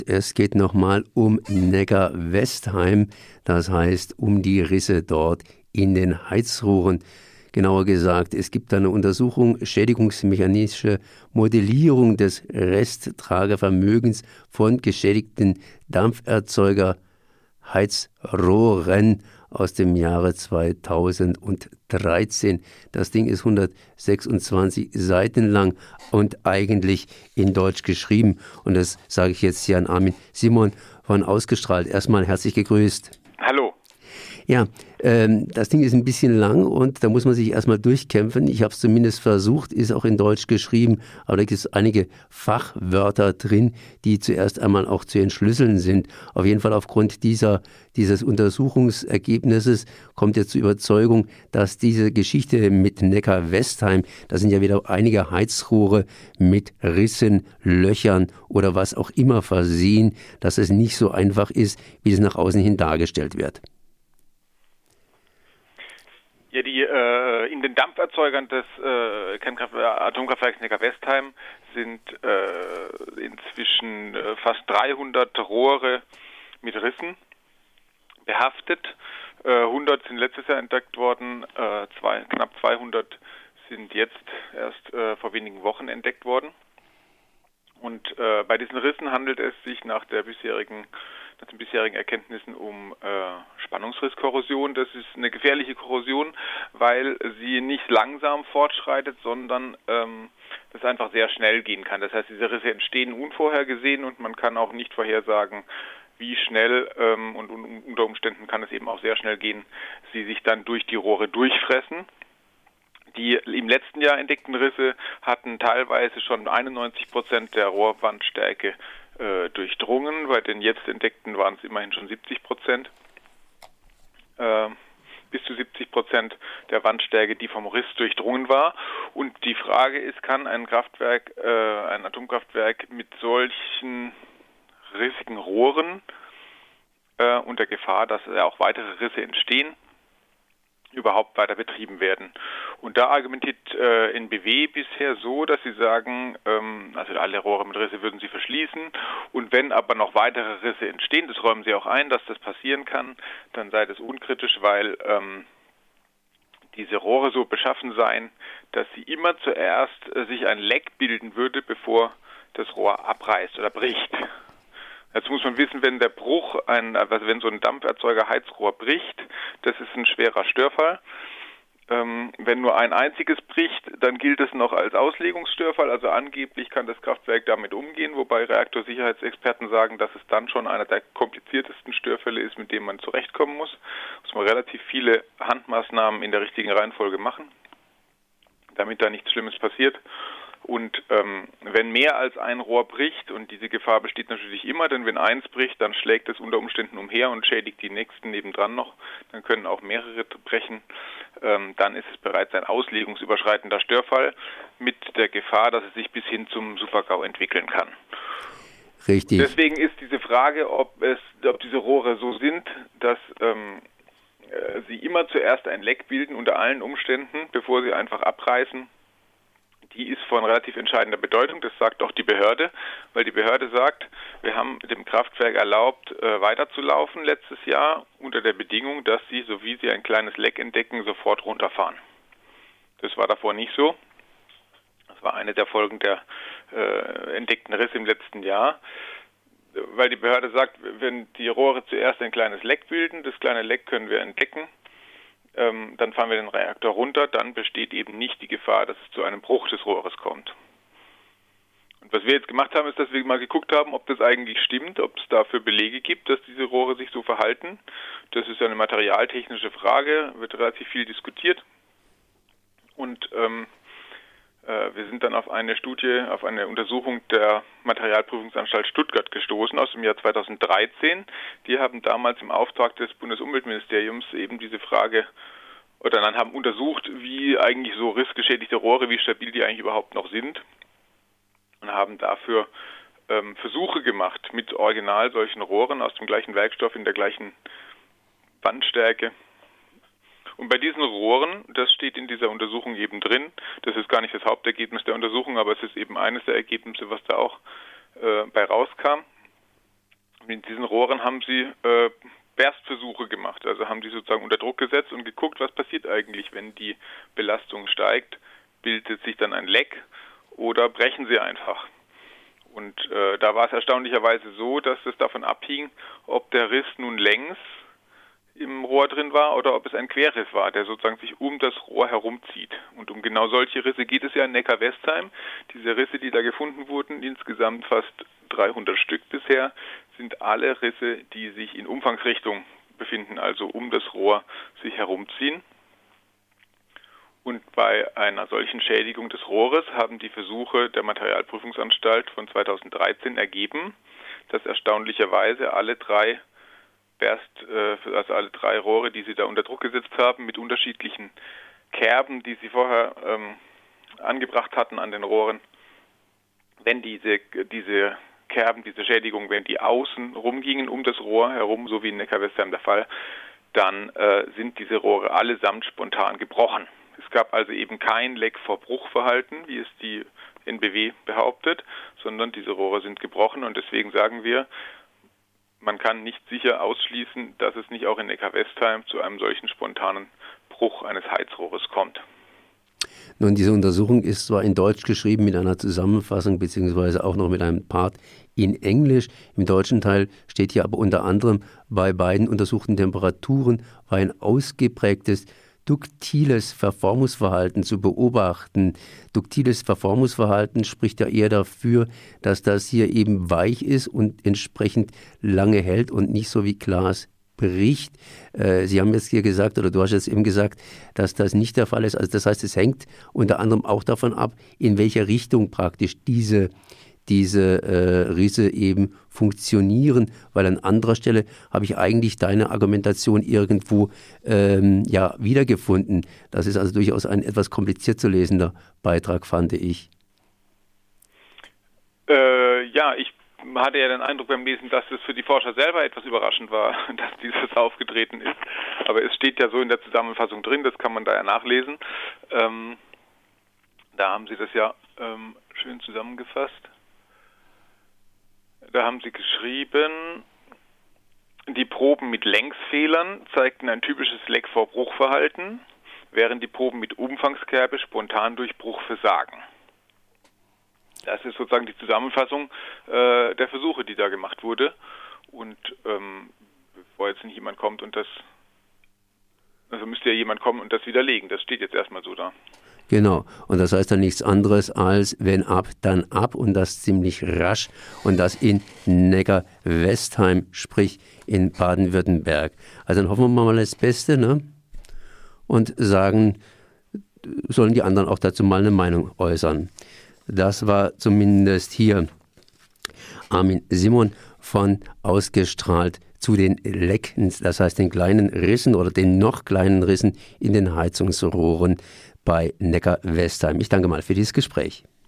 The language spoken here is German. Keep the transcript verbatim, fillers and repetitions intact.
Es geht nochmal um Neckar-Westheim, das heißt um die Risse dort in den Heizrohren. Genauer gesagt, es gibt eine Untersuchung, schädigungsmechanische Modellierung des Resttragevermögens von geschädigten Dampferzeuger-Heizrohren aus dem Jahre zweitausenddreizehn. Das Ding ist hundertsechsundzwanzig Seiten lang und eigentlich in Deutsch geschrieben. Und das sage ich jetzt hier an Armin Simon von Ausgestrahlt. Erstmal herzlich gegrüßt. Hallo. Ja, ähm, das Ding ist ein bisschen lang und da muss man sich erstmal durchkämpfen. Ich habe es zumindest versucht, ist auch in Deutsch geschrieben, aber da gibt es einige Fachwörter drin, die zuerst einmal auch zu entschlüsseln sind. Auf jeden Fall aufgrund dieser, dieses Untersuchungsergebnisses kommt jetzt zur Überzeugung, dass diese Geschichte mit Neckar-Westheim, da sind ja wieder einige Heizrohre mit Rissen, Löchern oder was auch immer versehen, dass es nicht so einfach ist, wie es nach außen hin dargestellt wird. Ja, die äh, in den Dampferzeugern des äh, Atomkraftwerks Neckar-Westheim sind äh, inzwischen äh, fast dreihundert Rohre mit Rissen behaftet. Äh, hundert sind letztes Jahr entdeckt worden, äh, zwei, knapp zweihundert sind jetzt erst äh, vor wenigen Wochen entdeckt worden. Und äh, bei diesen Rissen handelt es sich nach der bisherigen nach den bisherigen Erkenntnissen um äh, Spannungsrisskorrosion. Das ist eine gefährliche Korrosion, weil sie nicht langsam fortschreitet, sondern ähm, das einfach sehr schnell gehen kann. Das heißt, diese Risse entstehen unvorhergesehen und man kann auch nicht vorhersagen, wie schnell ähm, und un- unter Umständen kann es eben auch sehr schnell gehen, sie sich dann durch die Rohre durchfressen. Die im letzten Jahr entdeckten Risse hatten teilweise schon einundneunzig Prozent der Rohrwandstärke äh, durchdrungen. Bei den jetzt entdeckten waren es immerhin schon siebzig Prozent. Äh, bis zu siebzig Prozent der Wandstärke, die vom Riss durchdrungen war. Und die Frage ist, kann ein Kraftwerk, äh, ein Atomkraftwerk mit solchen rissigen Rohren äh, unter Gefahr, dass auch weitere Risse entstehen, überhaupt weiter betrieben werden. Und da argumentiert äh, N B W bisher so, dass sie sagen, ähm, also alle Rohre mit Risse würden sie verschließen und wenn aber noch weitere Risse entstehen, das räumen sie auch ein, dass das passieren kann, dann sei das unkritisch, weil ähm, diese Rohre so beschaffen seien, dass sie immer zuerst äh, sich ein Leck bilden würde, bevor das Rohr abreißt oder bricht. Jetzt muss man wissen, wenn der Bruch, ein, also wenn so ein Dampferzeuger Heizrohr bricht, das ist ein schwerer Störfall. Ähm, wenn nur ein einziges bricht, dann gilt es noch als Auslegungsstörfall. Also angeblich kann das Kraftwerk damit umgehen, wobei Reaktorsicherheitsexperten sagen, dass es dann schon einer der kompliziertesten Störfälle ist, mit dem man zurechtkommen muss. Muss man relativ viele Handmaßnahmen in der richtigen Reihenfolge machen, damit da nichts Schlimmes passiert. Und ähm, wenn mehr als ein Rohr bricht, und diese Gefahr besteht natürlich immer, denn wenn eins bricht, dann schlägt es unter Umständen umher und schädigt die nächsten nebendran noch, dann können auch mehrere brechen, ähm, dann ist es bereits ein auslegungsüberschreitender Störfall mit der Gefahr, dass es sich bis hin zum Super-GAU entwickeln kann. Richtig. Deswegen ist diese Frage, ob es, ob diese Rohre so sind, dass ähm, äh, sie immer zuerst ein Leck bilden unter allen Umständen, bevor sie einfach abreißen, die ist von relativ entscheidender Bedeutung, das sagt auch die Behörde, weil die Behörde sagt, wir haben dem Kraftwerk erlaubt, äh, weiterzulaufen letztes Jahr unter der Bedingung, dass sie, so wie sie ein kleines Leck entdecken, sofort runterfahren. Das war davor nicht so. Das war eine der Folgen der äh, entdeckten Risse im letzten Jahr, weil die Behörde sagt, wenn die Rohre zuerst ein kleines Leck bilden, das kleine Leck können wir entdecken, Ähm, dann fahren wir den Reaktor runter, dann besteht eben nicht die Gefahr, dass es zu einem Bruch des Rohres kommt. Und was wir jetzt gemacht haben, ist, dass wir mal geguckt haben, ob das eigentlich stimmt, ob es dafür Belege gibt, dass diese Rohre sich so verhalten. Das ist eine materialtechnische Frage, wird relativ viel diskutiert. Und ähm, äh, wir sind dann auf eine Studie, auf eine Untersuchung der Materialprüfungsanstalt Stuttgart gestoßen aus dem Jahr zweitausenddreizehn. Die haben damals im Auftrag des Bundesumweltministeriums eben diese Frage oder dann haben untersucht, wie eigentlich so rissgeschädigte Rohre, wie stabil die eigentlich überhaupt noch sind und haben dafür ähm, Versuche gemacht mit original solchen Rohren aus dem gleichen Werkstoff in der gleichen Wandstärke. Und bei diesen Rohren, das steht in dieser Untersuchung eben drin, das ist gar nicht das Hauptergebnis der Untersuchung, aber es ist eben eines der Ergebnisse, was da auch äh, bei rauskam. In diesen Rohren haben sie äh, Berstversuche gemacht, also haben die sozusagen unter Druck gesetzt und geguckt, was passiert eigentlich, wenn die Belastung steigt, bildet sich dann ein Leck oder brechen sie einfach. Und äh, da war es erstaunlicherweise so, dass es davon abhing, ob der Riss nun längs im Rohr drin war oder ob es ein Querriss war, der sozusagen sich um das Rohr herumzieht. Und um genau solche Risse geht es ja in Neckar-Westheim. Diese Risse, die da gefunden wurden, insgesamt fast dreihundert Stück bisher, sind alle Risse, die sich in Umfangsrichtung befinden, also um das Rohr sich herumziehen. Und bei einer solchen Schädigung des Rohres haben die Versuche der Materialprüfungsanstalt von zweitausenddreizehn ergeben, dass erstaunlicherweise alle drei Berst, also alle drei Rohre, die sie da unter Druck gesetzt haben, mit unterschiedlichen Kerben, die sie vorher ähm, angebracht hatten an den Rohren, wenn diese, diese Kerben, diese Schädigungen, wenn die außen rumgingen um das Rohr herum, so wie in Neckar-Westheim der Fall, dann äh, sind diese Rohre allesamt spontan gebrochen. Es gab also eben kein Leck-vor-Bruch-Verhalten, wie es die N B W behauptet, sondern diese Rohre sind gebrochen und deswegen sagen wir, man kann nicht sicher ausschließen, dass es nicht auch in Neckar-Westheim zu einem solchen spontanen Bruch eines Heizrohres kommt. Nun, diese Untersuchung ist zwar in Deutsch geschrieben mit einer Zusammenfassung beziehungsweise auch noch mit einem Part in Englisch. Im deutschen Teil steht hier aber unter anderem, bei beiden untersuchten Temperaturen war ein ausgeprägtes duktiles Verformungsverhalten zu beobachten. Duktiles Verformungsverhalten spricht ja eher dafür, dass das hier eben weich ist und entsprechend lange hält und nicht so wie Glas bricht. Äh, Sie haben jetzt hier gesagt, oder du hast jetzt eben gesagt, dass das nicht der Fall ist. Also das heißt, es hängt unter anderem auch davon ab, in welcher Richtung praktisch diese diese äh, Risse eben funktionieren, weil an anderer Stelle habe ich eigentlich deine Argumentation irgendwo ähm, ja, wiedergefunden. Das ist also durchaus ein etwas kompliziert zu lesender Beitrag, fand ich. Äh, ja, ich hatte ja den Eindruck beim Lesen, dass es für die Forscher selber etwas überraschend war, dass dieses aufgetreten ist. Aber es steht ja so in der Zusammenfassung drin, das kann man da ja nachlesen. Ähm, da haben sie das ja ähm, schön zusammengefasst. Da haben sie geschrieben, die Proben mit Längsfehlern zeigten ein typisches Leck-vor-Bruch-Verhalten, während die Proben mit Umfangskerbe spontan durch Bruch versagen. Das ist sozusagen die Zusammenfassung äh, der Versuche, die da gemacht wurde. Und ähm, bevor jetzt nicht jemand kommt und das, also müsste ja jemand kommen und das widerlegen. Das steht jetzt erstmal so da. Genau, und das heißt dann nichts anderes als, wenn ab, dann ab und das ziemlich rasch und das in Neckar-Westheim, sprich in Baden-Württemberg. Also dann hoffen wir mal das Beste, ne? Und sagen, sollen die anderen auch dazu mal eine Meinung äußern. Das war zumindest hier Armin Simon von Ausgestrahlt zu den Lecken, das heißt den kleinen Rissen oder den noch kleinen Rissen in den Heizungsrohren bei Neckar-Westheim. Ich danke mal für dieses Gespräch.